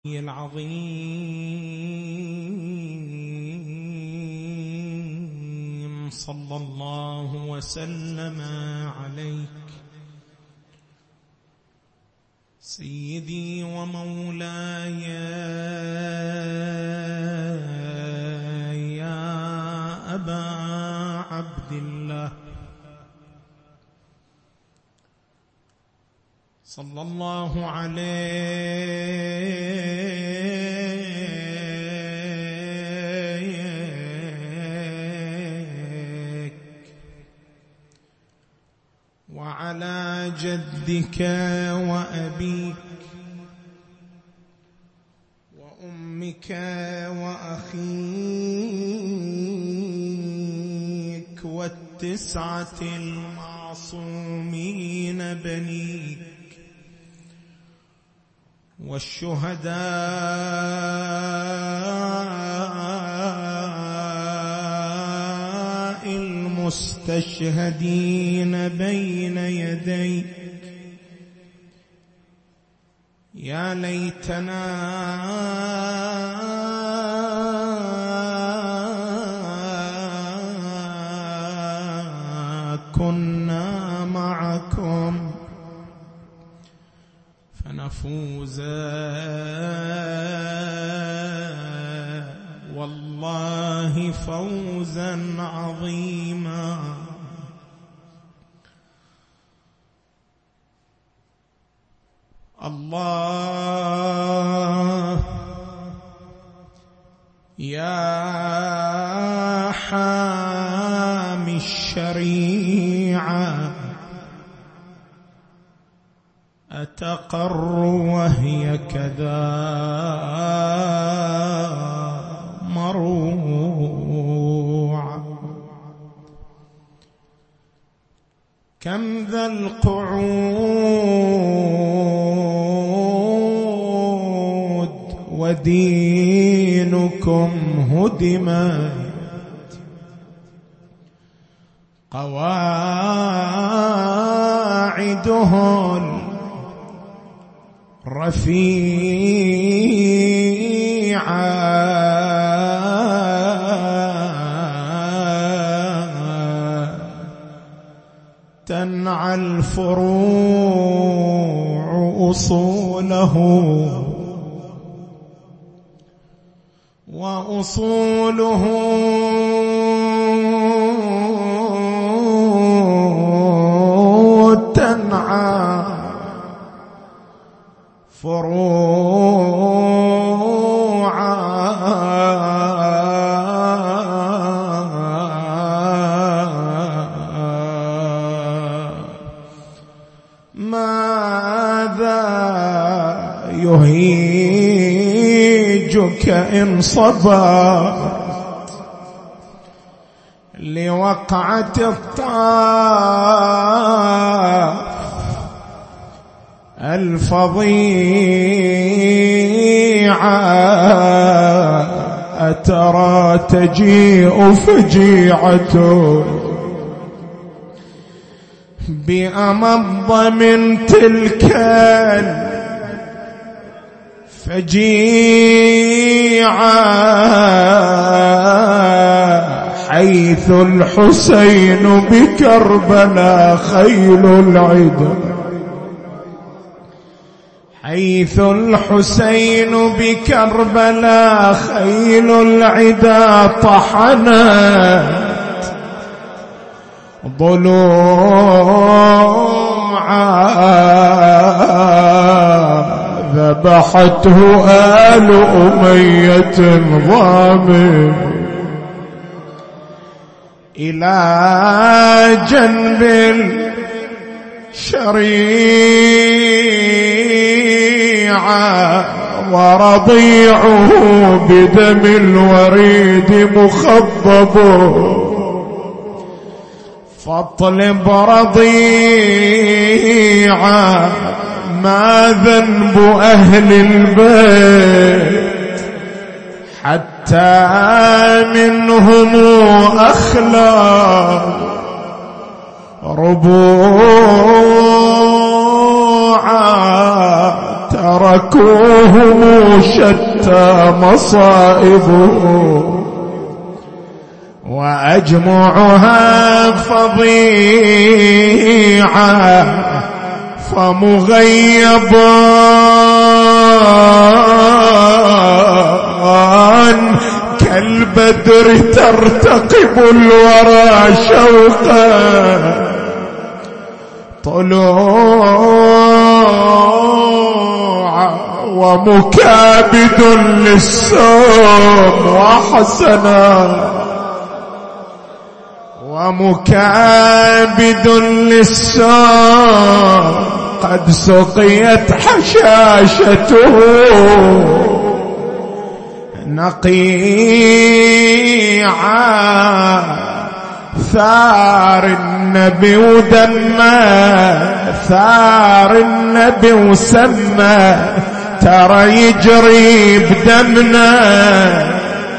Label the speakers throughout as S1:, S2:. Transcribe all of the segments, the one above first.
S1: العظيم صلى الله وسلم عليك سيدي ومولاي يا أبا عبد الله صلى الله عليك وعلى جدك وأبيك وأمك وأخيك والتسعة المعصومين بنيك والشهداء المستشهدين بين يديك يا ليتنا كنا معكم فنفوز والله فوزا عظيما. الله يا حامي الشريعة أتقر وهي كذا مروعة كم ذا القعود ودينكم هدمت قواعده رفيعة تنعى الفروع أصوله وأصوله تنعى فروعا ماذا يهيجك إن صبرت لوقعة الطاف الفظيعة أترى تجيء فجيعة بأمض من تلك الفجيعة حيث الحسين بكربلاء خيل العدا حيث الحسين بكربلاء خيل العدا طحنت ضلوعا ذبحته آل أمية ضامن إلى جنب الشريعة ورضيعه بدم الوريد مخضب فاطلب رضيعا ما ذنب أهل البيت حتى منهم أخلاق ربوعا تركوهم شتى مصائبهم وأجمعها فظيعة فمغيب كالبدر ترتقب الورى شوقا طلوع ومكابد للسوم وحسنا ومكابد للسوم قد سقيت حشاشته نقيعا ثار النبي ودمه ثار النبي وسمه ترى يجري بدمنا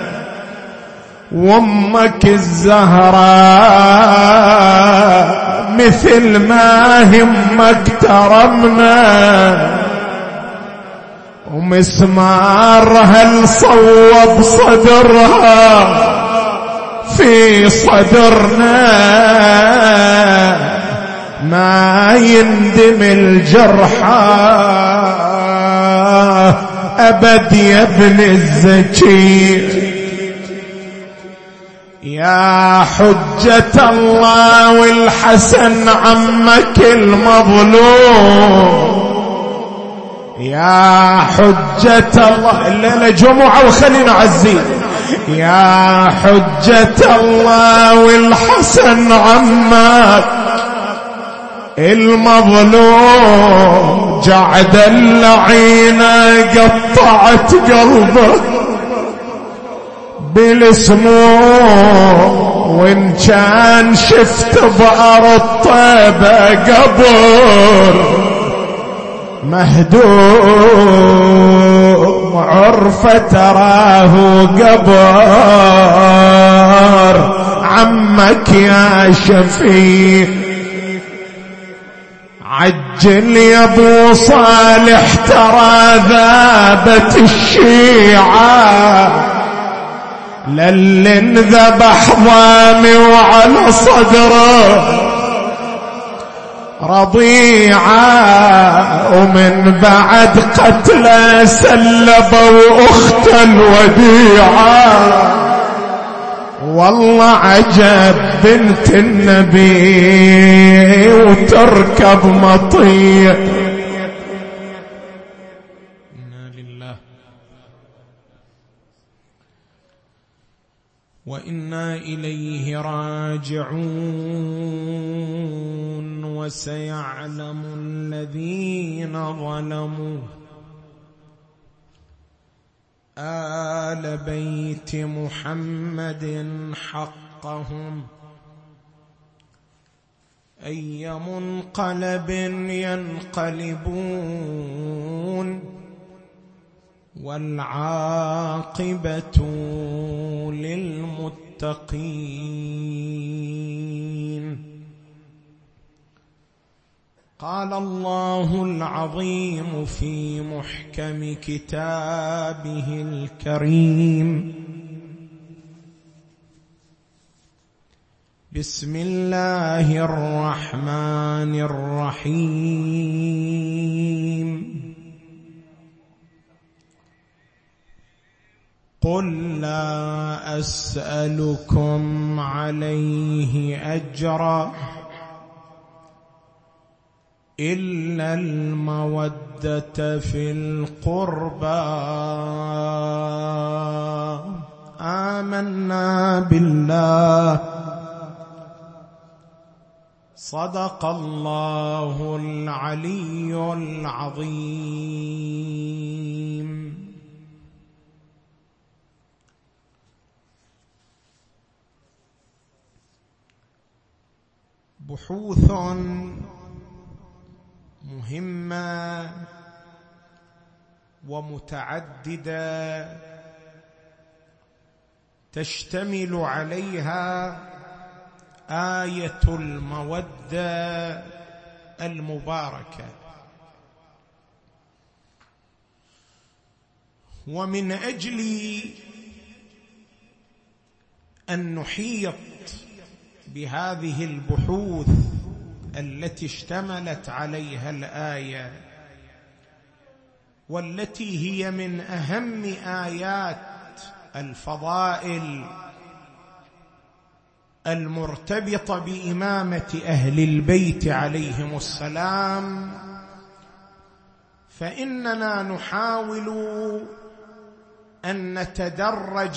S1: وامك الزهراء مثل ما همك ترمنا ومسمارها الصوب صدرها في صدرنا ما يندم الجرحى أبد يا ابن الزكي يا حجة الله والحسن عمك المظلوم يا حجة الله الليلة جمعة وخلينا عزين يا حجة الله والحسن عمك المظلوم جعد اللعينة قطعت قلبه بالسموم وإن كان شفت بأرض طيبة قبر مهدوم عرفة تراه قبر عمك يا شفيع عجل يا ابو صالح ترى ذابت الشيعة للي انذبح ضامي وعلى صدره رضيعة ومن بعد قتله سلبوا أخت الوديعة والله عجب بنت النبي وتركب مطيع إنا لله وإنا إليه راجعون وسيعلم الذين ظلموا آل بيت محمد حقهم أي منقلب ينقلبون والعاقبة للمتقين. قال الله العظيم في محكم كتابه الكريم: بسم الله الرحمن الرحيم. قل لا أسألكم عليه أجرا إلا المودة في القربى. آمنا بالله. صدق الله العلي العظيم. بحوث مهمة ومتعددة تشتمل عليها آية المودة المباركة. ومن أجل أن نحيط بهذه البحوث التي اشتملت عليها الآية، والتي هي من أهم آيات الفضائل المرتبطة بإمامة أهل البيت عليهم السلام، فإننا نحاول أن نتدرج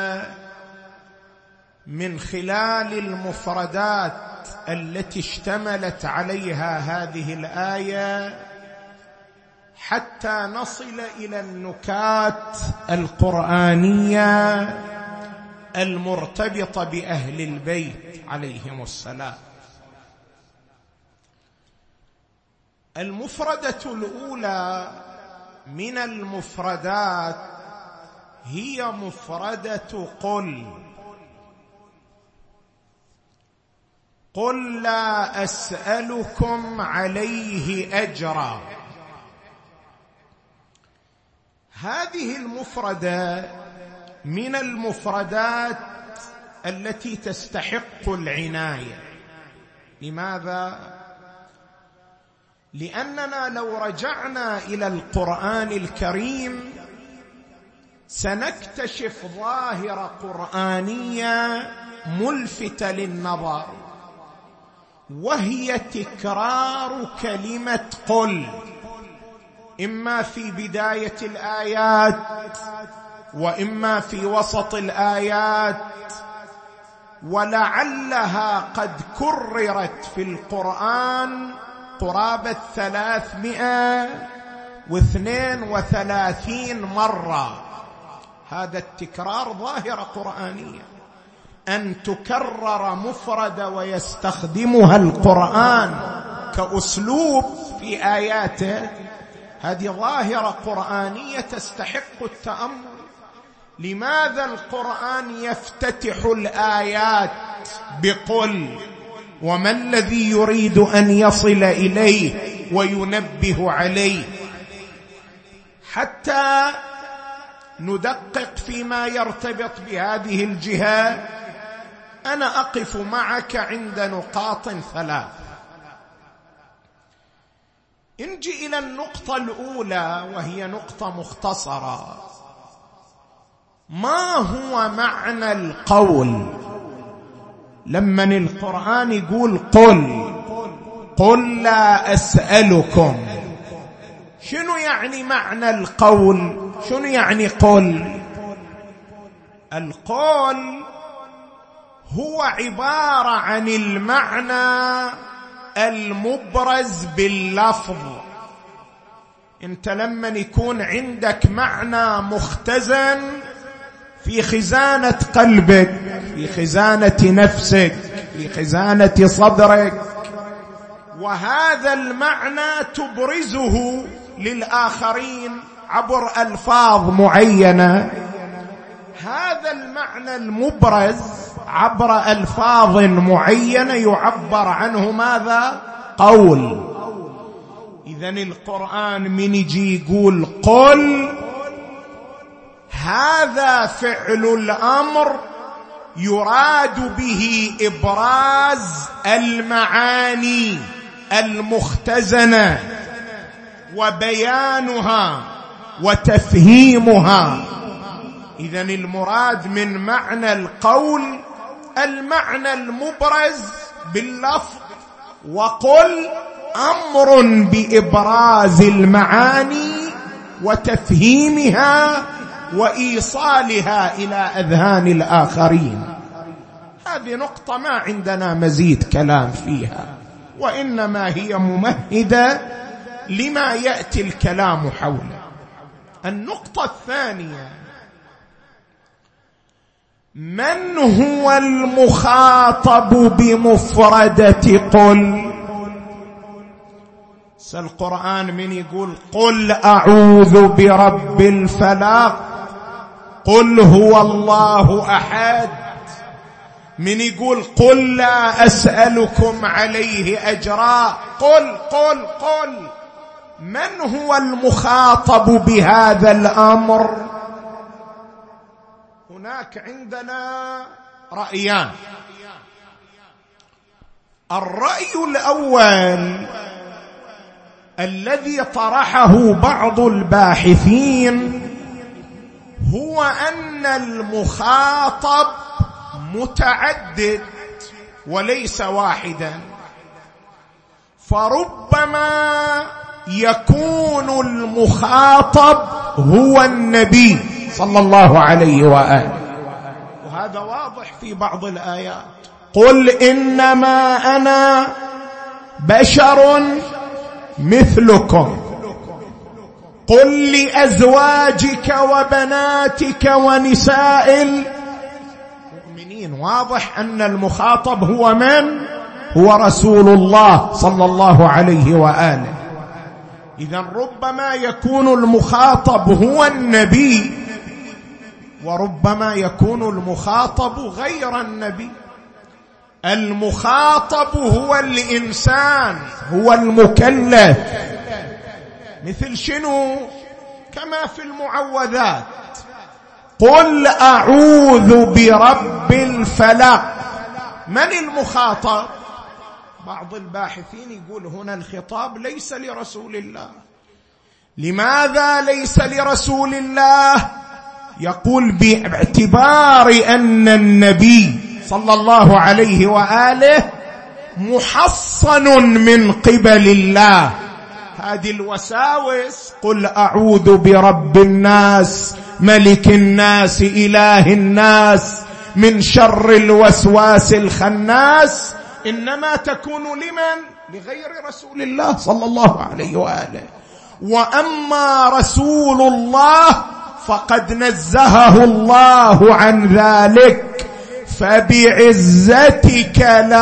S1: من خلال المفردات التي اشتملت عليها هذه الآية حتى نصل إلى النكات القرآنية المرتبطة بأهل البيت عليهم السلام. المفردة الأولى من المفردات هي مفردة قل. قل لا أسألكم عليه أجرا. هذه المفردة من المفردات التي تستحق العناية. لماذا؟ لأننا لو رجعنا إلى القرآن الكريم سنكتشف ظاهرة قرآنية ملفتة للنظر، وهي تكرار كلمة قل، إما في بداية الآيات وإما في وسط الآيات، ولعلها قد كررت في القرآن قرابة 332 مرة. هذا التكرار ظاهرة قرآنية، أن تكرر مفردة ويستخدمها القرآن كأسلوب في آياته، هذه ظاهرة قرآنية تستحق التأمل. لماذا القرآن يفتتح الآيات بقل؟ وما الذي يريد أن يصل إليه وينبه عليه؟ حتى ندقق فيما يرتبط بهذه الجهة، أنا أقف معك عند نقاط 3. نجي إلى النقطة الأولى وهي نقطة مختصرة. ما هو معنى القول؟ لما القرآن يقول قل لا أسألكم، شنو يعني معنى القول؟ شنو يعني قل؟ القول هو عبارة عن المعنى المبرز باللفظ. انت لما يكون عندك معنى مختزن في خزانة قلبك، في خزانة نفسك، في خزانة صدرك، وهذا المعنى تبرزه للآخرين عبر ألفاظ معينة، هذا المعنى المبرز عبر ألفاظ معينة يعبر عنه ماذا؟ قول. إذن القرآن من يجي يقول قل، هذا فعل الأمر يراد به إبراز المعاني المختزنة وبيانها وتفهيمها. إذن المراد من معنى القول المعنى المبرز باللفظ، وقل أمر بإبراز المعاني وتفهيمها وإيصالها إلى أذهان الآخرين. هذه نقطة ما عندنا مزيد كلام فيها، وإنما هي ممهدة لما يأتي الكلام حوله. النقطة الثانية، من هو المخاطب بمفردة قل؟ القرآن من يقول قل أعوذ برب الفلق، قل هو الله أحد، من يقول قل لا أسألكم عليه أجرا، قل قل قل، من هو المخاطب بهذا الأمر؟ هناك عندنا رأيان. الرأي الأول الذي طرحه بعض الباحثين هو أن المخاطب متعدد وليس واحدا، فربما يكون المخاطب هو النبي صلى الله عليه وآله، وهذا واضح في بعض الآيات. قل إنما أنا بشر مثلكم، قل لأزواجك وبناتك ونساء المؤمنين. واضح أن المخاطب هو من؟ هو رسول الله صلى الله عليه وآله. إذن ربما يكون المخاطب هو النبي، وربما يكون المخاطب غير النبي. المخاطب هو الإنسان، هو المكلف. مثل شنو؟ كما في المعوذات، قل أعوذ برب الفلق. من المخاطب؟ بعض الباحثين يقول هنا الخطاب ليس لرسول الله. لماذا ليس لرسول الله؟ يقول باعتبار أن النبي صلى الله عليه وآله محصن من قبل الله. هذه الوساوس، قل أعوذ برب الناس ملك الناس إله الناس من شر الوسواس الخناس، إنما تكون لمن؟ لغير رسول الله صلى الله عليه وآله. وأما رسول الله فقد نزهه الله عن ذلك، فبعزتك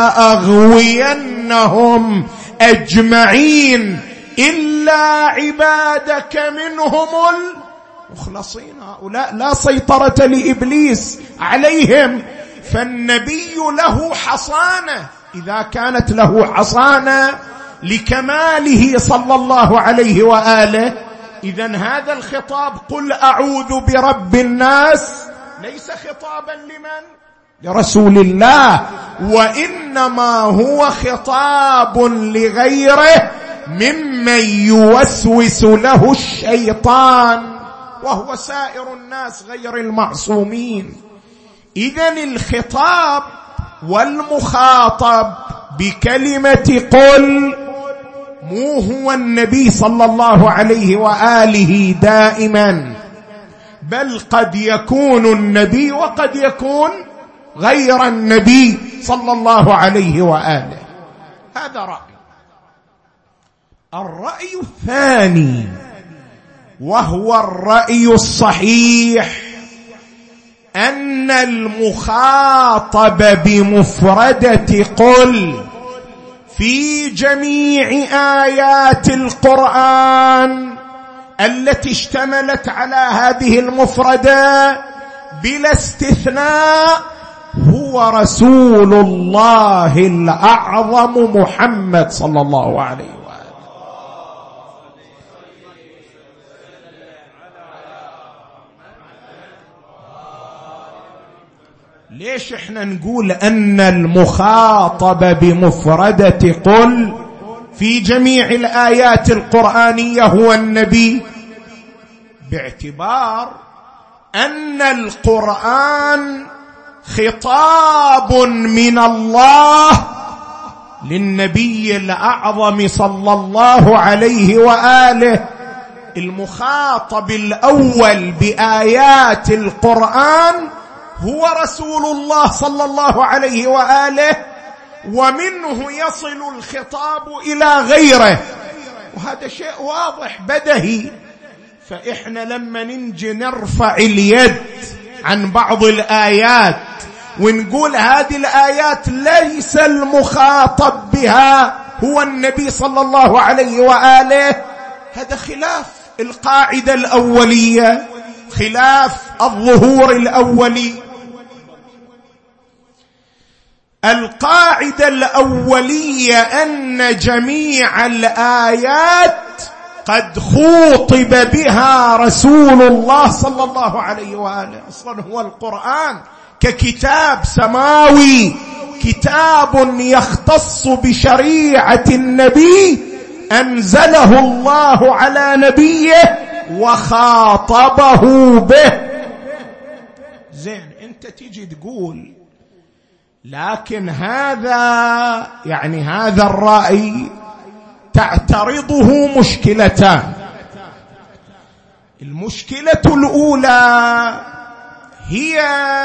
S1: لأغوينهم أجمعين إلا عبادك منهم المخلصين. هؤلاء لا سيطرة لإبليس عليهم، فالنبي له حصانة. إذا كانت له حصانة لكماله صلى الله عليه وآله، إذن هذا الخطاب قل أعوذ برب الناس ليس خطابا لمن؟ لرسول الله، وإنما هو خطاب لغيره ممن يوسوس له الشيطان، وهو سائر الناس غير المعصومين. إذن الخطاب والمخاطب بكلمة قل مو هو النبي صلى الله عليه وآله دائما، بل قد يكون النبي وقد يكون غير النبي صلى الله عليه وآله. هذا رأي. الرأي الثاني وهو الرأي الصحيح أن المخاطب بمفردة قل في جميع آيات القرآن التي اشتملت على هذه المفردة بلا استثناء هو رسول الله الأعظم محمد صلى الله عليه وآله. ليش احنا نقول أن المخاطب بمفردة قل في جميع الآيات القرآنية هو النبي؟ باعتبار أن القرآن خطاب من الله للنبي الأعظم صلى الله عليه وآله. المخاطب الأول بآيات القرآن هو رسول الله صلى الله عليه وآله، ومنه يصل الخطاب إلى غيره، وهذا شيء واضح بدهي. فإحنا لما ننجي نرفع اليد عن بعض الآيات ونقول هذه الآيات ليس المخاطب بها هو النبي صلى الله عليه وآله، هذا خلاف القاعدة الأولية، خلاف الظهور الأولي. القاعدة الأولية أن جميع الآيات قد خوطب بها رسول الله صلى الله عليه وآله. أصلا هو القرآن ككتاب سماوي، كتاب يختص بشريعة النبي أنزله الله على نبيه وخاطبه به. زين، أنت تيجي تقول لكن هذا هذا الرأي تعترضه مشكلتان. المشكلة الأولى هي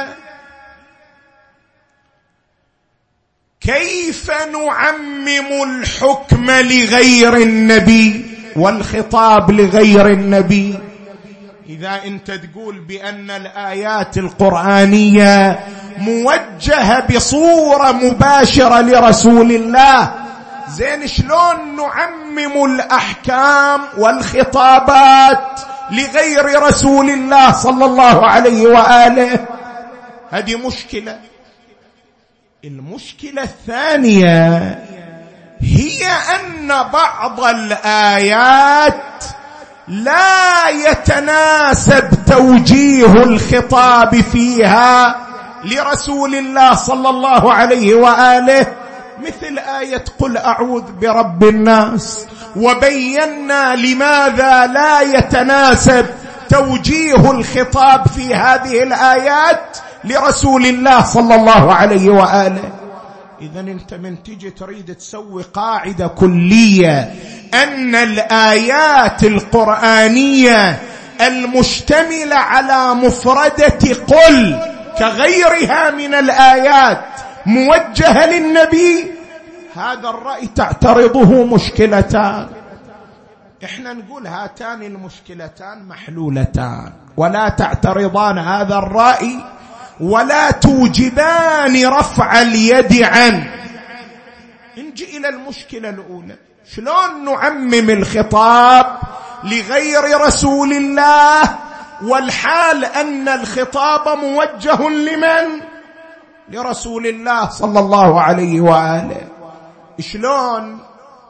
S1: كيف نعمم الحكم لغير النبي والخطاب لغير النبي. إذا أنت تقول بأن الآيات القرآنية موجهة بصورة مباشرة لرسول الله، زين شلون نعمم الأحكام والخطابات لغير رسول الله صلى الله عليه وآله؟ هذه مشكلة. المشكلة الثانية هي أن بعض الآيات لا يتناسب توجيه الخطاب فيها لرسول الله صلى الله عليه وآله، مثل آية قل أعوذ برب الناس، وبينا لماذا لا يتناسب توجيه الخطاب في هذه الآيات لرسول الله صلى الله عليه وآله. إذن أنت من تيجي تريد تسوي قاعدة كلية أن الآيات القرآنية المشتملة على مفردة قل كغيرها من الآيات موجهة للنبي، هذا الرأي تعترضه مشكلتان. احنا نقول هاتان المشكلتان محلولتان، ولا تعترضان هذا الرأي ولا توجبان رفع اليد عنه. نجي إلى المشكلة الأولى، شلون نعمم الخطاب لغير رسول الله والحال أن الخطاب موجه لمن؟ لرسول الله صلى الله عليه وآله. شلون؟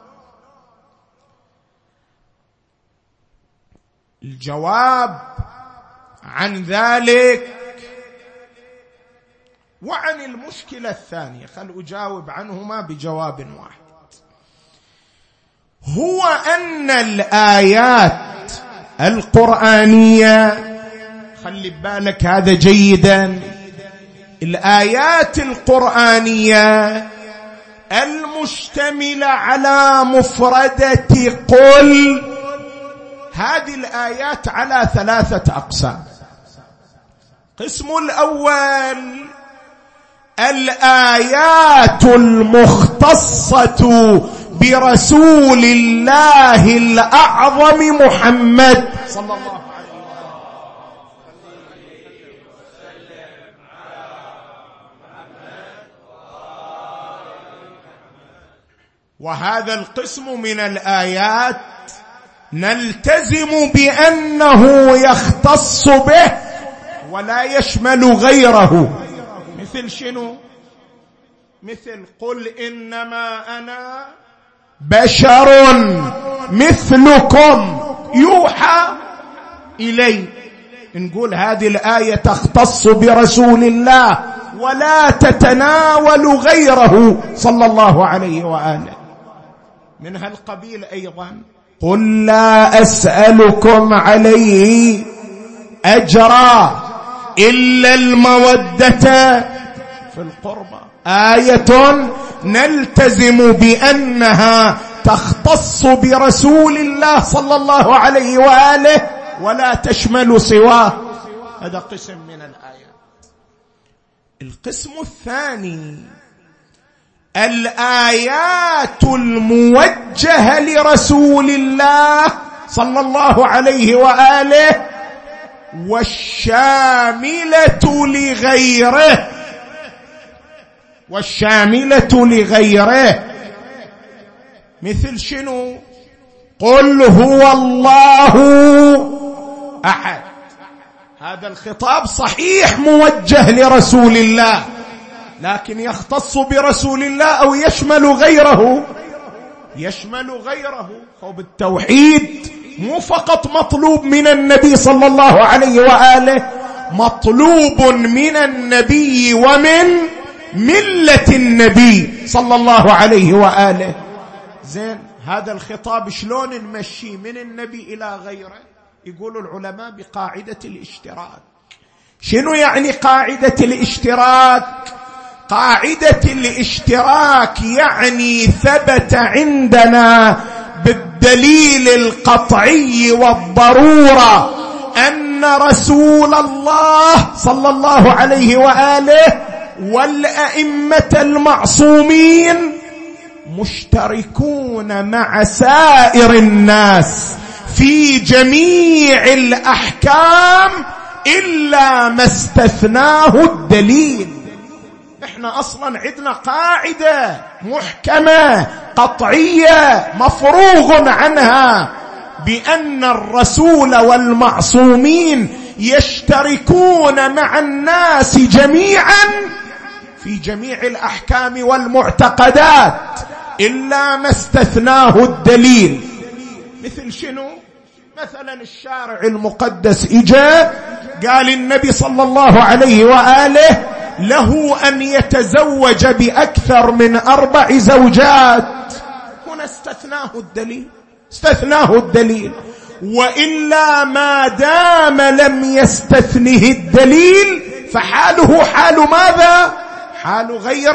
S1: الجواب عن ذلك وعن المشكلة الثانية، خل أجاوب عنهما بجواب واحد، هو أن الآيات القرآنية، خلي بالك هذا جيدا، الآيات القرآنية المشتملة على مفردة قل، هذه الآيات على 3 أقسام. قسم الأول الآيات المختصة برسول الله الأعظم محمد صلى الله عليه وسلم، وهذا القسم من الآيات نلتزم بأنه يختص به ولا يشمل غيره. مثل شنو؟ مثل قل إنما أنا بشر مثلكم يوحى إلي. نقول هذه الآية تختص برسول الله ولا تتناول غيره صلى الله عليه وآله. من هالقبيل أيضا قل لا أسألكم عليه أجرا إلا المودة في القربى، آية نلتزم بأنها تختص برسول الله صلى الله عليه وآله ولا تشمل سواه. هذا قسم من الآيات. القسم الثاني الآيات الموجهة لرسول الله صلى الله عليه وآله والشاملة لغيره، والشاملة لغيره. مثل شنو؟ قل هو الله أحد، هذا الخطاب صحيح موجه لرسول الله، لكن يختص برسول الله أو يشمل غيره؟ يشمل غيره. وبالتوحيد مو فقط مطلوب من النبي صلى الله عليه وآله، مطلوب من النبي ومن ملة النبي صلى الله عليه وآله. زين، هذا الخطاب شلون نمشي من النبي إلى غيره؟ يقول العلماء بقاعدة الاشتراك. شنو يعني قاعدة الاشتراك؟ قاعدة الاشتراك يعني ثبت عندنا بالدليل القطعي والضرورة أن رسول الله صلى الله عليه وآله والأئمة المعصومين مشتركون مع سائر الناس في جميع الأحكام إلا ما استثناه الدليل. احنا اصلا عندنا قاعدة محكمة قطعية مفروغ عنها بأن الرسول والمعصومين يشتركون مع الناس جميعا في جميع الأحكام والمعتقدات إلا ما استثناه الدليل. مثل شنو؟ مثلا الشارع المقدس إجا قال النبي صلى الله عليه وآله له أن يتزوج بأكثر من 4 زوجات. هنا استثناه الدليل. وإلا ما دام لم يستثنه الدليل فحاله حال ماذا؟ حال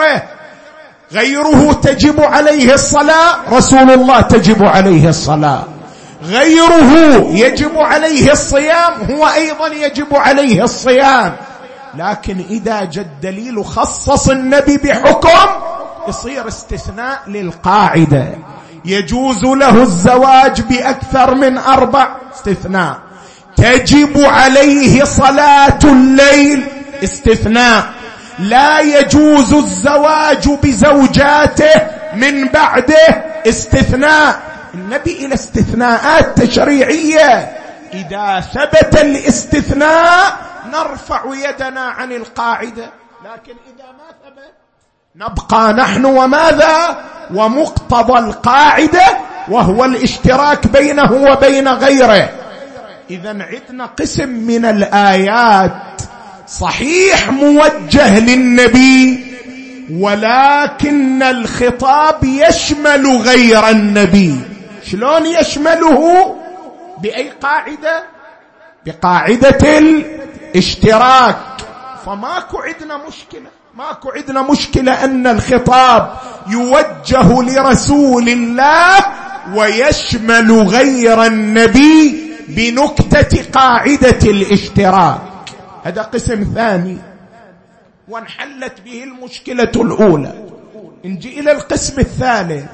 S1: غيره تجب عليه الصلاة، رسول الله تجب عليه الصلاة. غيره يجب عليه الصيام، هو أيضا يجب عليه الصيام. لكن إذا جاء الدليل خصص النبي بحكم يصير استثناء للقاعدة. يجوز له الزواج بأكثر من 4، استثناء. تجب عليه صلاة الليل، استثناء. لا يجوز الزواج بزوجاته من بعده، استثناء. النبي إلى استثناءات تشريعية. إذا ثبت الاستثناء نرفع يدنا عن القاعدة، لكن إذا ما ثبت نبقى نحن وماذا؟ ومقتضى القاعدة، وهو الاشتراك بينه وبين غيره. إذن عندنا قسم من الآيات صحيح موجه للنبي، ولكن الخطاب يشمل غير النبي. شلون يشمله؟ بأي قاعدة؟ بقاعدة الاشتراك. فماكو عندنا مشكلة أن الخطاب يوجه لرسول الله ويشمل غير النبي بنكتة قاعدة الاشتراك. هذا قسم ثاني وانحلت به المشكلة الأولى. نجي إلى القسم الثالث.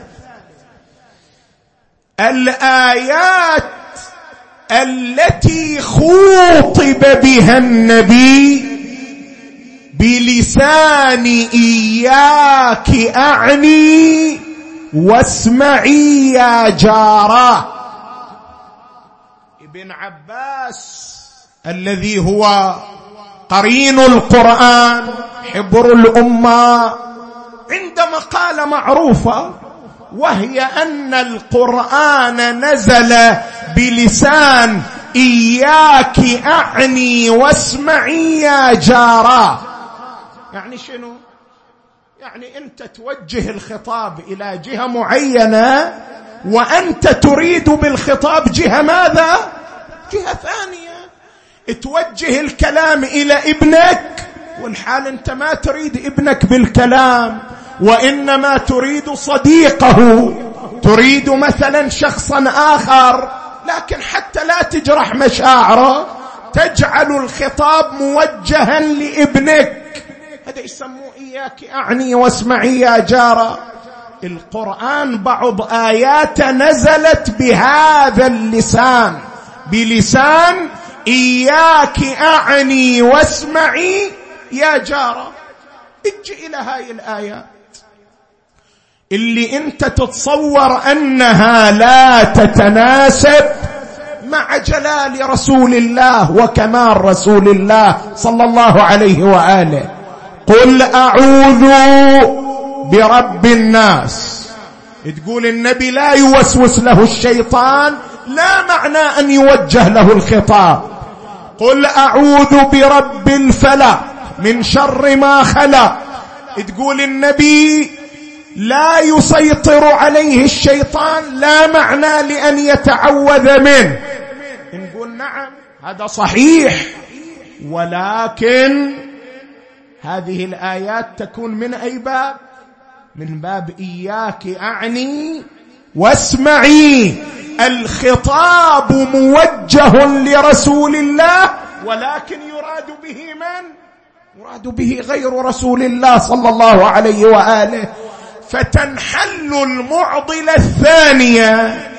S1: الآيات التي خوطب بها النبي بلسان إياك أعني واسمعي يا جارة. ابن عباس الذي هو قرين القرآن حبر الأمة عند مقالة معروفة، وهي أن القرآن نزل بلسان إياك أعني واسمعي يا جارة. يعني شنو؟ يعني أنت توجه الخطاب إلى جهة معينة وأنت تريد بالخطاب جهة ماذا؟ جهة ثانية. توجه الكلام إلى ابنك والحال أنت ما تريد ابنك بالكلام، وإنما تريد صديقه، تريد مثلا شخصا آخر، لكن حتى لا تجرح مشاعره تجعل الخطاب موجها لابنك. هذا يسموه إياك أعني واسمعي يا جارة. القرآن بعض آيات نزلت بهذا اللسان، بلسان إياك أعني واسمعي يا جارة. اجي إلى هاي الآيات اللي انت تتصور أنها لا تتناسب مع جلال رسول الله وكمال رسول الله صلى الله عليه وآله. قل أعوذ برب الناس. تقول النبي لا يوسوس له الشيطان لا معنى أن يوجه له الخطاب. قل أعوذ برب الفلق من شر ما خلق، تقول النبي لا يسيطر عليه الشيطان، لا معنى لأن يتعوذ منه. نقول نعم هذا صحيح، ولكن هذه الآيات تكون من أي باب؟ من باب إياك أعني واسمعي. الخطاب موجه لرسول الله، ولكن يراد به من؟ يراد به غير رسول الله صلى الله عليه وآله. فتنحل المعضلة الثانية.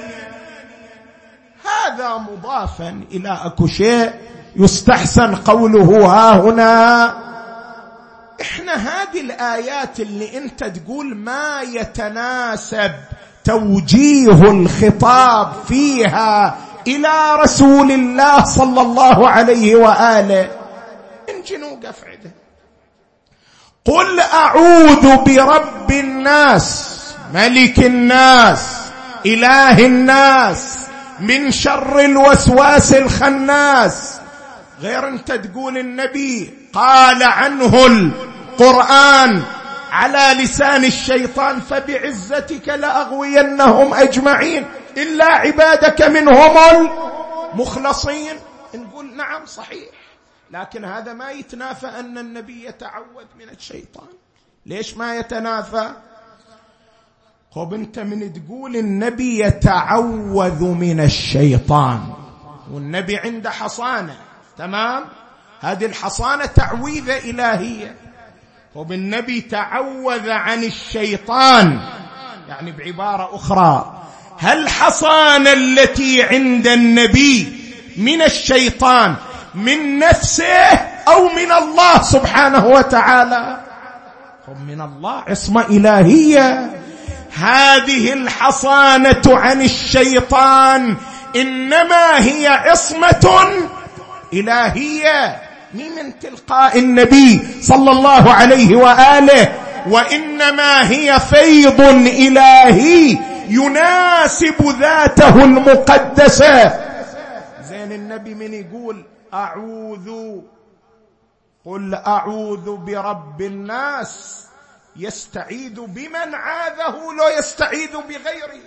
S1: هذا مضافا إلى أكو شيء يستحسن قوله ها هنا. احنا هذه الآيات اللي انت تقول ما يتناسب توجيه الخطاب فيها إلى رسول الله صلى الله عليه وآله، نجي نوقف عده. قل أعوذ برب الناس ملك الناس إله الناس من شر الوسواس الخناس. غير انت تقول النبي قال عنه القرآن على لسان الشيطان فبعزتك لأغوينهم أجمعين إلا عبادك منهم المخلصين. نقول نعم صحيح، لكن هذا ما يتنافى أن النبي يتعوذ من الشيطان. ليش ما يتنافى؟ خب انت من تقول النبي يتعوذ من الشيطان، والنبي عنده حصانة، تمام، هذه الحصانة تعويذة إلهية. خب النبي تعوذ عن الشيطان، يعني بعبارة أخرى هل الحصانة التي عند النبي من الشيطان من نفسه أو من الله سبحانه وتعالى؟ من الله، عصمة إلهية. هذه الحصانة عن الشيطان إنما هي عصمة إلهية من تلقاء النبي صلى الله عليه وآله، وإنما هي فيض إلهي يناسب ذاته المقدسة. زين النبي من يقول أعوذ، قل أعوذ برب الناس، يستعيذ بمن عاذه، لا يستعيذ بغيره،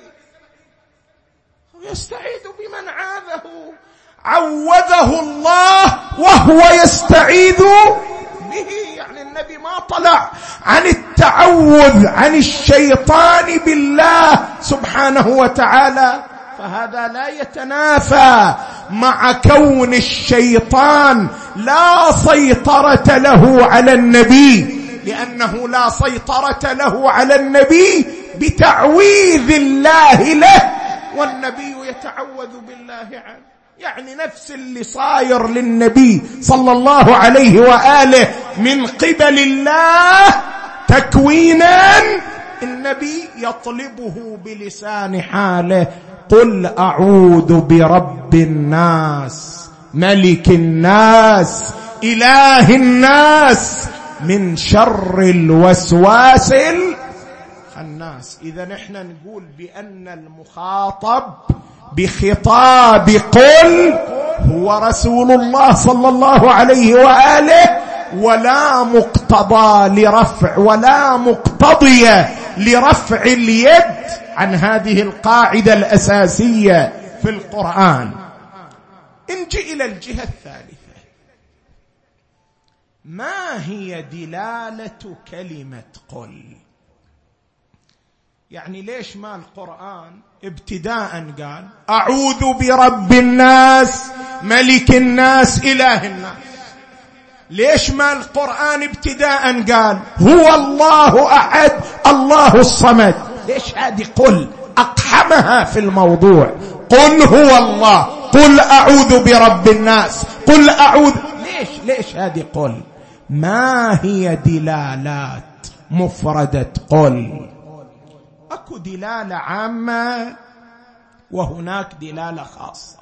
S1: يستعيذ بمن عاذه. عوذه الله وهو يستعيذ به، يعني النبي ما طلع عن التعوذ عن الشيطان بالله سبحانه وتعالى. فهذا لا يتنافى مع كون الشيطان لا سيطرة له على النبي، لأنه لا سيطرة له على النبي بتعويذ الله له، والنبي يتعوذ بالله عنه. يعني نفس اللي صاير للنبي صلى الله عليه وآله من قبل الله تكوينا، النبي يطلبه بلسان حاله. قل أعوذ برب الناس ملك الناس إله الناس من شر الوسواس الخناس. إذا نحن نقول بأن المخاطب بخطاب قل هو رسول الله صلى الله عليه وآله، ولا مقتضى لرفع ولا مقتضية لرفع اليد عن هذه القاعدة الأساسية في القرآن. نجي إلى الجهة الثالثة. ما هي دلالة كلمة قل؟ يعني ليش ما القرآن ابتداء قال أعوذ برب الناس ملك الناس إله الناس؟ ليش ما القرآن ابتداء قال هو الله أحد الله الصمد؟ ليش هذه قل أقحمها في الموضوع؟ قل هو الله، قل أعوذ برب الناس، قل أعوذ. ليش هذه قل؟ ما هي دلالات مفردة قل؟ أكو دلالة عامة وهناك دلالة خاصة.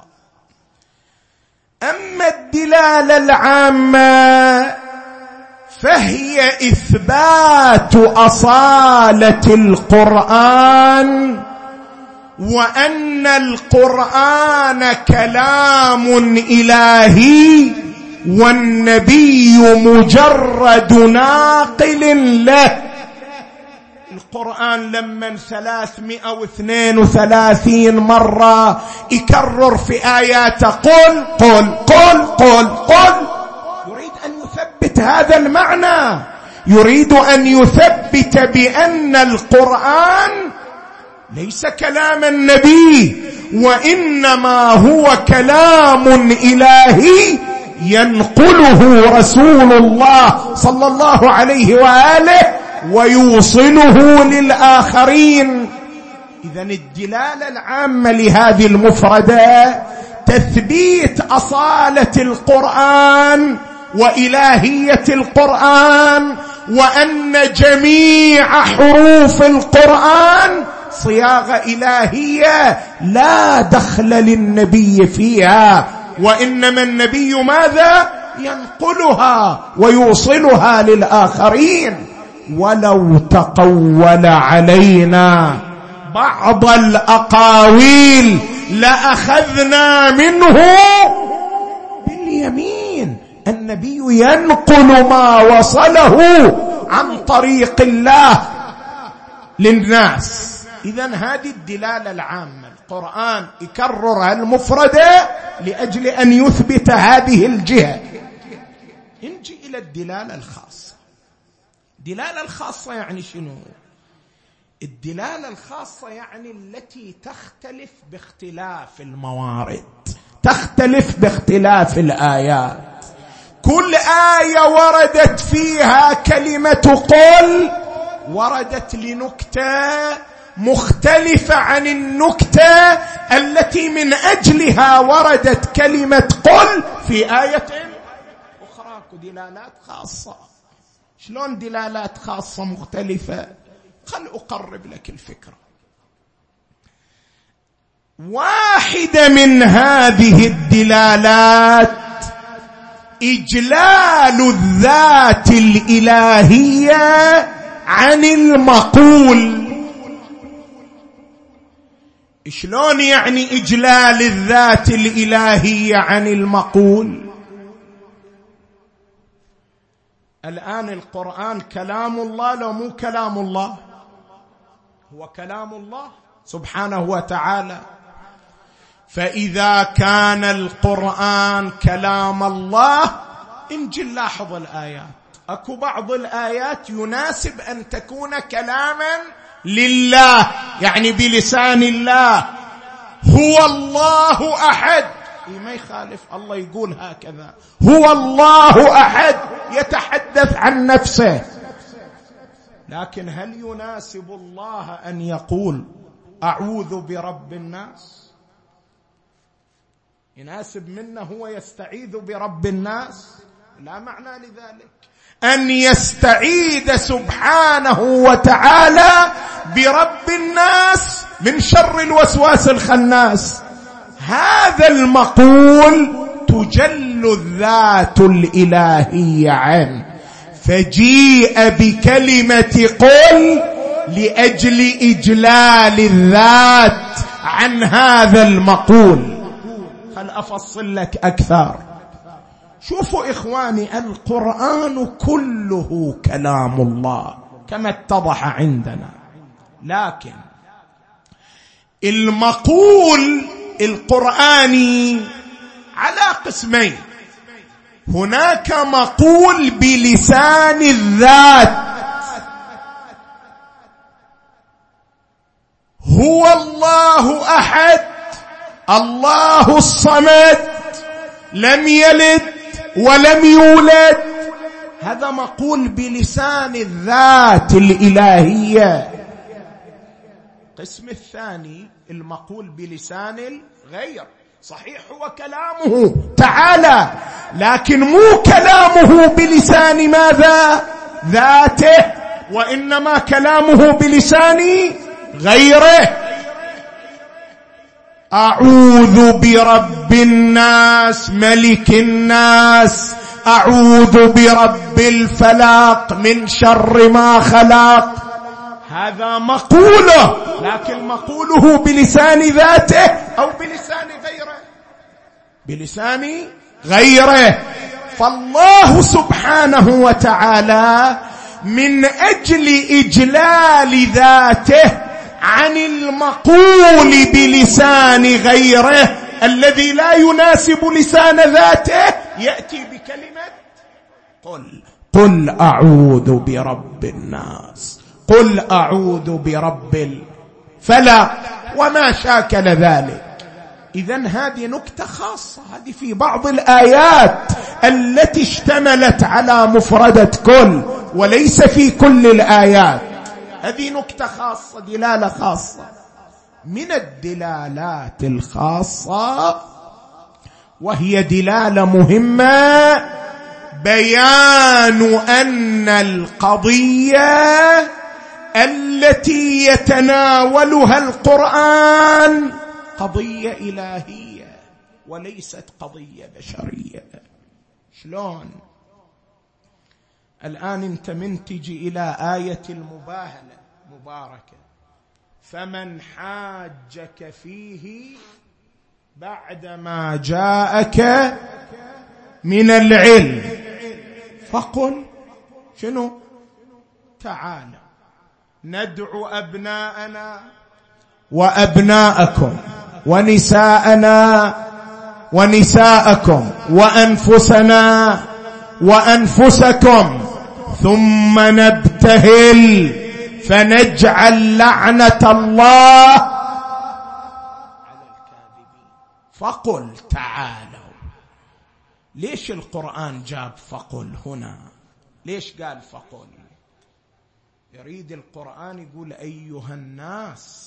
S1: أما الدلالة العامة فهي إثبات أصالة القرآن وأن القرآن كلام إلهي والنبي مجرد ناقل له. القرآن لمن 332 مرة يكرر في آياته قل قل قل قل قل، يريد أن يثبت هذا المعنى، يريد أن يثبت بأن القرآن ليس كلام النبي، وإنما هو كلام إلهي ينقله رسول الله صلى الله عليه وآله ويوصله للآخرين. إذن الدلالة العامة لهذه المفردة تثبيت أصالة القرآن وإلهية القرآن، وأن جميع حروف القرآن صياغة إلهية لا دخل للنبي فيها، وإنما النبي ماذا؟ ينقلها ويوصلها للآخرين. ولو تقول علينا بعض الأقاويل لأخذنا منه باليمين. النبي ينقل ما وصله عن طريق الله للناس. إذن هذه الدلالة العامة، القرآن يكررها المفردة لأجل أن يثبت هذه الجهة. نجي إلى الدلالة الخاصة. الدلالة الخاصة يعني شنو؟ الدلالة الخاصة يعني التي تختلف باختلاف الموارد، تختلف باختلاف الآيات. كل آية وردت فيها كلمة قل وردت لنكتة مختلفة عن النكتة التي من أجلها وردت كلمة قل في آية أخرى. دلالات خاصة. شلون دلالات خاصة مختلفة؟ خل أقرب لك الفكرة. واحدة من هذه الدلالات إجلال الذات الإلهية عن المقول. شلون يعني إجلال الذات الإلهية عن المقول؟ الآن القرآن كلام الله لو مو كلام الله؟ هو كلام الله سبحانه وتعالى. فإذا كان القرآن كلام الله، انجي لاحظ الآيات، أكو بعض الآيات يناسب أن تكون كلاما لله، يعني بلسان الله. هو الله أحد، ما يخالف الله يقول هكذا، هو الله أحد، يتحدث عن نفسه. لكن هل يناسب الله أن يقول أعوذ برب الناس؟ يناسب منه هو يستعيذ برب الناس؟ لا معنى لذلك. أن يستعيذ سبحانه وتعالى برب الناس من شر الوسواس الخناس. هذا المقول تجل الذات الإلهية عنه، فجيء بكلمة قل لأجل إجلال الذات عن هذا المقول. خل أفصل لك أكثر. شوفوا إخواني، القرآن كله كلام الله كما اتضح عندنا، لكن المقول القرآني على قسمين. هناك مقول بلسان الذات، هو الله أحد، الله الصمد، لم يلد ولم يولد. هذا مقول بلسان الذات الإلهية. القسم الثاني المقول بلسان الغير. صحيح هو كلامه تعالى، لكن مو كلامه بلسان ماذا؟ ذاته، وإنما كلامه بلسان غيره. أعوذ برب الناس ملك الناس، أعوذ برب الفلق من شر ما خلق. هذا مقوله، لكن مقوله بلسان ذاته أو بلسان غيره؟ بلسان غيره. فالله سبحانه وتعالى من أجل إجلال ذاته عن المقول بلسان غيره الذي لا يناسب لسان ذاته يأتي بكلمة قل أعوذ برب الناس، قل أعوذ برب الفلق وما شاكل ذلك. إذن هذه نكتة خاصة، هذه في بعض الآيات التي اشتملت على مفردة كل، وليس في كل الآيات. هذه نكتة خاصة، دلالة خاصة. من الدلالات الخاصة وهي دلالة مهمة، بيان أن القضية التي يتناولها القرآن قضية إلهية وليست قضية بشرية. شلون؟ الآن أنت منتج إلى آية المباهلة مباركة، فمن حاجك فيه بعدما جاءك من العلم فقل شنو؟ تعالى ندعو أبناءنا وأبناءكم ونساءنا ونساءكم وأنفسنا وأنفسكم ثم نبتهل فنجعل لعنة الله على الكاذبين. فقل تعالوا. ليش القرآن جاب فقل هنا؟ ليش قال فقل؟ يريد القرآن يقول أيها الناس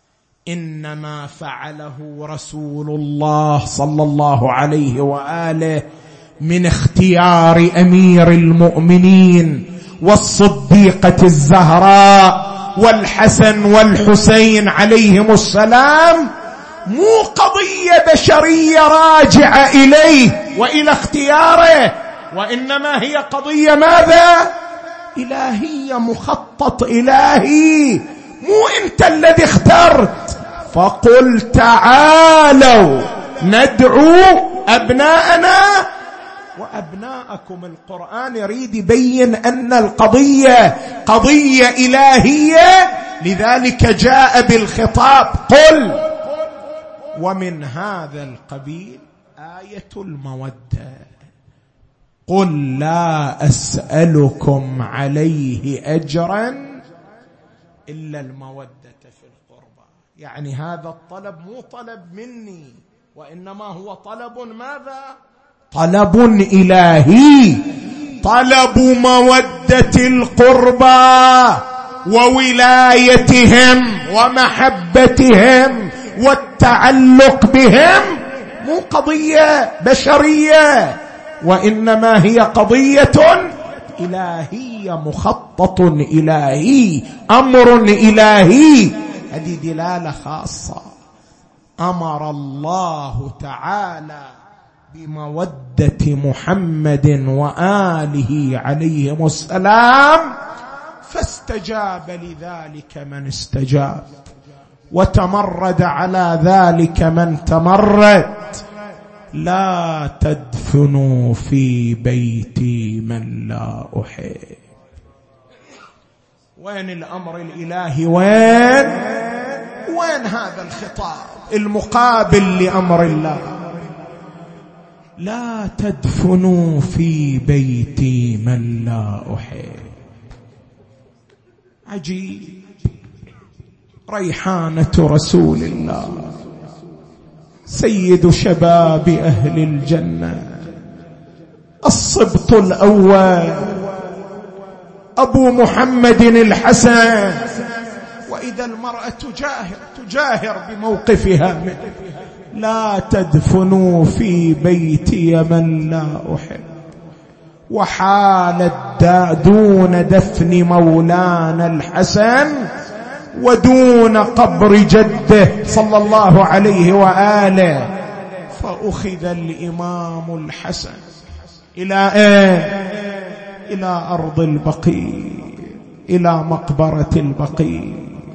S1: إنما فعله رسول الله صلى الله عليه وآله من اختيار أمير المؤمنين والصديقة الزهراء والحسن والحسين عليهم السلام مو قضية بشرية راجعة إليه وإلى اختياره، وإنما هي قضية ماذا؟ إلهية، مخطط إلهي، مو أنت الذي اخترت. فقل تعالوا ندعو أبناءنا وأبناءكم. القرآن يريد يبين أن القضية قضية إلهية، لذلك جاء بالخطاب قل. ومن هذا القبيل آية المودة، قل لا أسألكم عليه أجرا إلا المودة في القربى. يعني هذا الطلب مو طلب مني، وإنما هو طلب ماذا؟ طلب إلهي، طلب مودة القربى وولايتهم ومحبتهم والتعلق بهم، مو قضية بشرية، وإنما هي قضية إلهية، مخطط إلهي، أمر إلهي. هذه دلالة خاصة. أمر الله تعالى بمودة محمد وآله عليهم السلام، فاستجاب لذلك من استجاب، وتمرد على ذلك من تمرد. لا تدفنوا في بيتي من لا أحب. وين الأمر الإلهي؟ وين هذا الخطاب المقابل لأمر الله؟ لا تدفنوا في بيتي من لا أحب. عجيب. ريحانة رسول الله، سيد شباب أهل الجنة، الصبط الأول، أبو محمد الحسن. وإذا المرأة تجاهر بموقفها منه. لا تدفنوا في بيتي من لا أحب. وحالت دون دفن مولانا الحسن ودون قبر جده صلى الله عليه وآله، فأخذ الإمام الحسن إلى أرض البقيع، إلى مقبرة البقيع،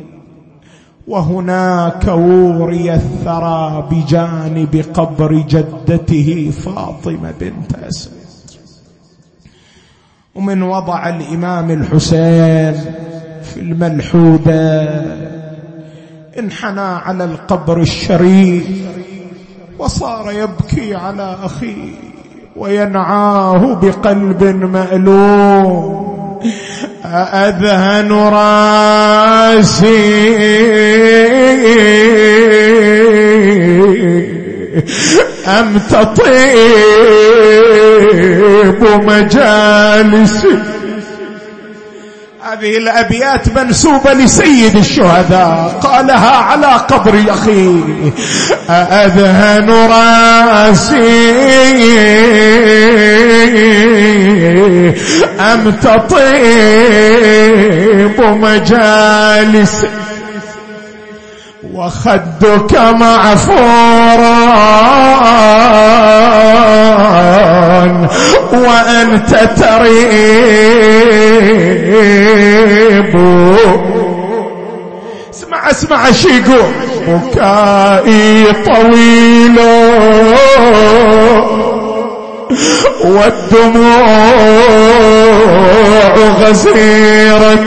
S1: وهناك وري الثرى بجانب قبر جدته فاطمة بنت أسد. ومن وضع الإمام الحسين في الملحودة انحنى على القبر الشريف وصار يبكي على أخيه وينعاه بقلب مألوم: أأذهن راسي أم تطيب مجالسي. هذه الأبيات منسوبة لسيد الشهداء، قالها على قبر أخيه: أأذهن راسي أم تطيب مجالسي، وخدك معفور وأنت تريب. اسمع شي يقول: بكائي طويل والدموع غزيرة.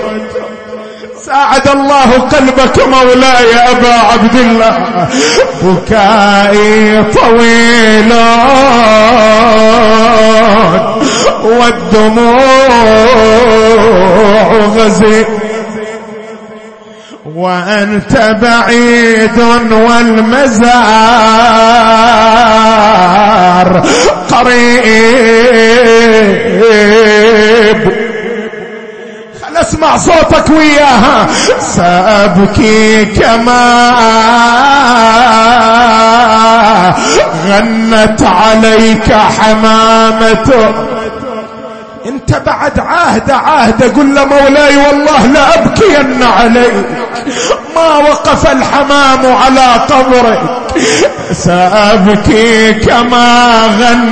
S1: ساعد الله قلبك مولاي أبا عبد الله. بكائي طويل والدموع غزيرة وأنت بعيد والمزار قريب. خل اسمع صوتك وياها: سأبكي كما غنت عليك حمامته. انت بعد عهد قل له: مولاي والله لا أبكين عليك، ما وقف الحمام على قبرك. سأبكي كما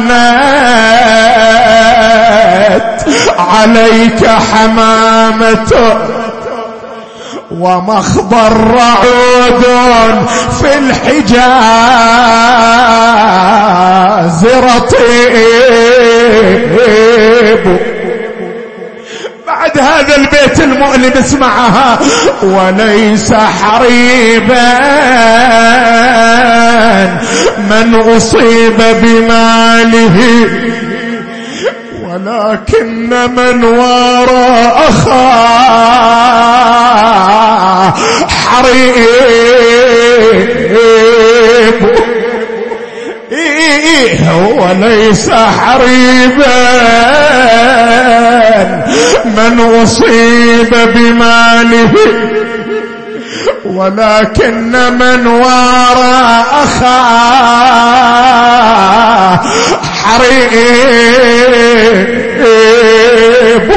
S1: غنت عليك حمامته، ومخضر رعود في الحجاز رطيب. بعد هذا البيت المؤلم اسمعها: وليس حريبا من أصيب بماله، ولكن من وارى أخاه حريب. وليس حريبا من أصيب بماله، ولكن من وارى أخاه حريب.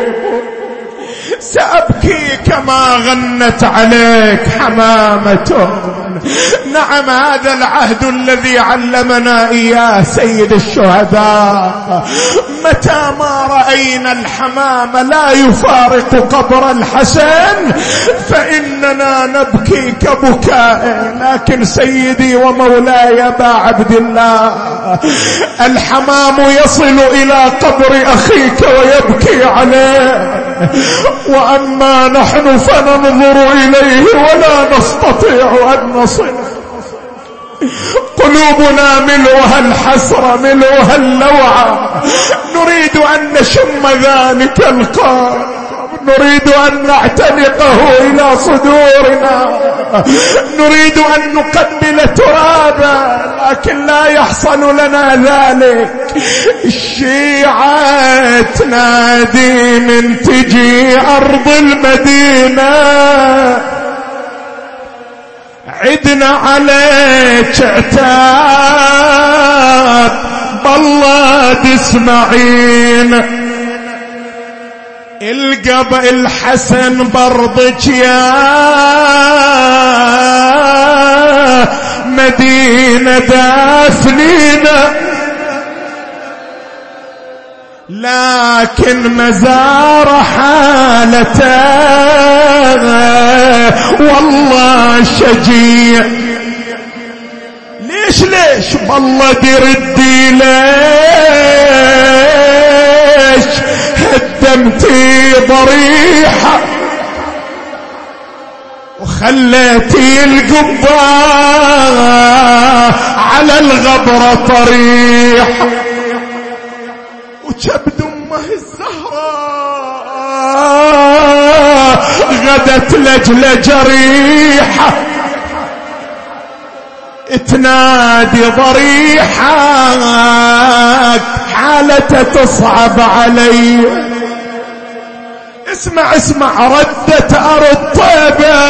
S1: سأبكي كما غنت عليك حمامة. نعم، هذا العهد الذي علمنا إياه سيد الشهداء. متى ما رأينا الحمام لا يفارق قبر الحسن فإننا نبكي كبكاء. لكن سيدي ومولاي أبا عبد الله، الحمام يصل إلى قبر أخيك ويبكي عليه، وأما نحن فننظر إليه ولا نستطيع أن نصل. قلوبنا ملؤها الحسرة، ملؤها اللوعة، نريد أن نشم ذلك القاع، نريد أن نعتنقه إلى صدورنا، نريد أن نقبل ترابا، لكن لا يحصل لنا ذلك. الشيعة تنادي من تجي أرض المدينة، عدنا عليك عتاب بالله تسمعين. القبر الحسن برضك يا مدينة دافنينا، لكن مزار حالته والله شجيع. ليش بالله تردي ليش هدمتي ضريحة وخليتي القبة على الغبرة طريحة وكبد امه الزهراء غدت لجل جريحة تنادي ضريحك حالته تصعب علي. اسمع ردت أرض طيبة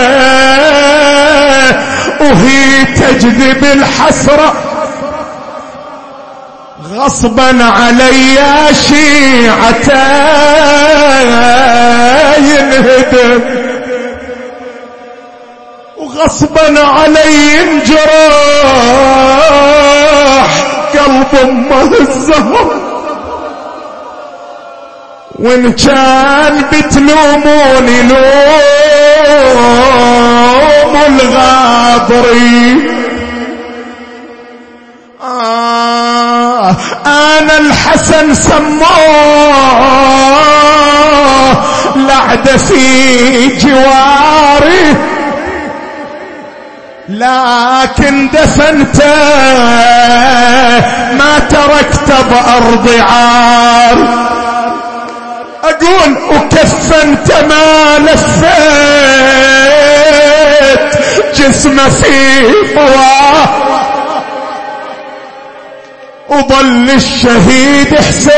S1: وهي تجذب الحسرة غصبا علي شيعته ينهدم وغصبا علي انجراح قلب امه الزهر. وان كان بتلوموني لوم الغاضري انا الحسن سموه لعد في جواري لكن دفنته ما تركته بأرض عار. أقول وكفنت ما لفيت جسمه في طواه وظل الشهيد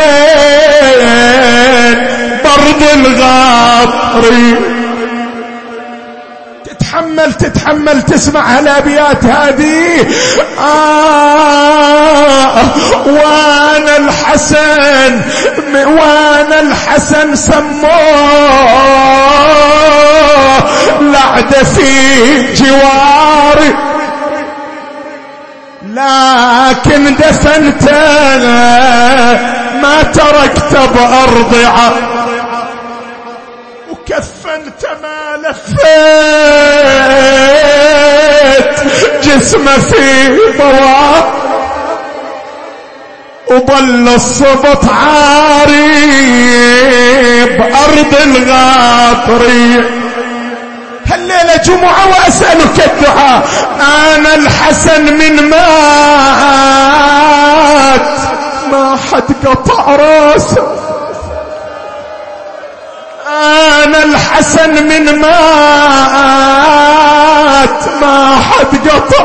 S1: حسين برض الغاطري. تتحمل تسمع هالابيات هذه. وانا الحسن سموه لعد في جواري لكن دفنته ما تركته بأرض وكفنت ما لفيت جسمه في ضواه وظل الصبط عاري بأرض الغاطري. هالليلة جمعة وأسألك الدعاء. أنا الحسن من مات ما حد قطع راسه. أنا الحسن من مات ما حد قطع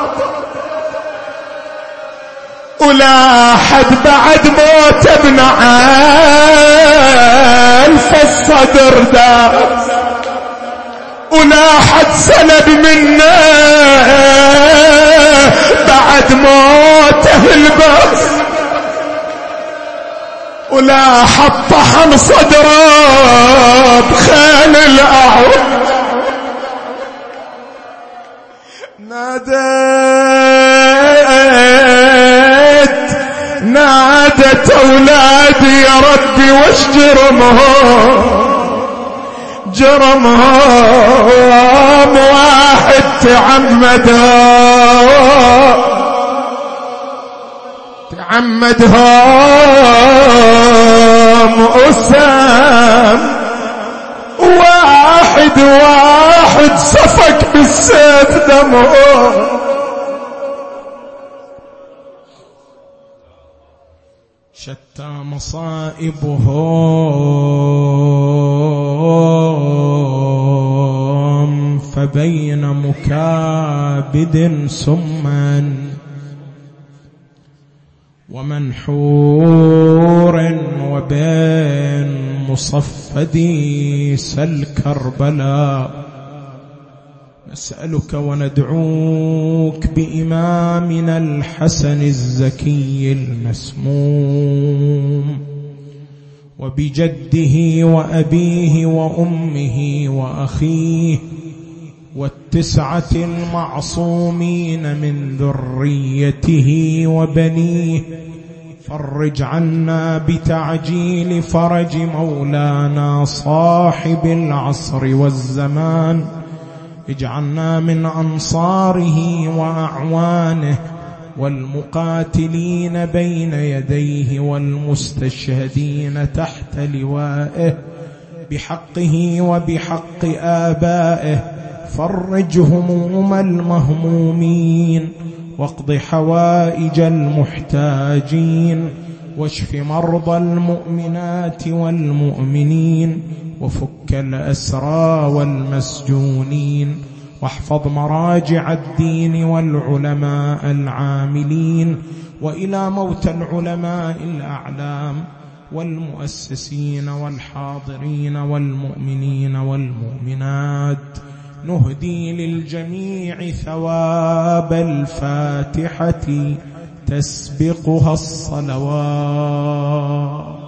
S1: ولا حد بعد موت ابن عالف الصدر داس ولا حد سلب منه بعد موته الباس ولا حد طحن صدره بخيل الأعور. نادت أولادي يا ربي وش جرمهم واحد تعمدهم أسام واحد سفك بالسيف دمهم. شتى مصائبهم فبين مكابد سما ومنحور وبين مصفدي سل كربلاء. نسألك وندعوك بإمامنا الحسن الزكي المسموم وبجده وأبيه وأمه وأخيه والتسعة المعصومين من ذريته وبنيه فرج عنا بتعجيل فرج مولانا صاحب العصر والزمان، اجعلنا من أنصاره وأعوانه والمقاتلين بين يديه والمستشهدين تحت لوائه بحقه وبحق آبائه. فرج هموم المهمومين واقض حوائج المحتاجين واشف مرضى المؤمنات والمؤمنين وفك الأسرى والمسجونين واحفظ مراجع الدين والعلماء العاملين، وإلى موتى العلماء الأعلام والمؤسسين والحاضرين والمؤمنين والمؤمنات نهدي للجميع ثواب الفاتحة تسبقها الصلوات.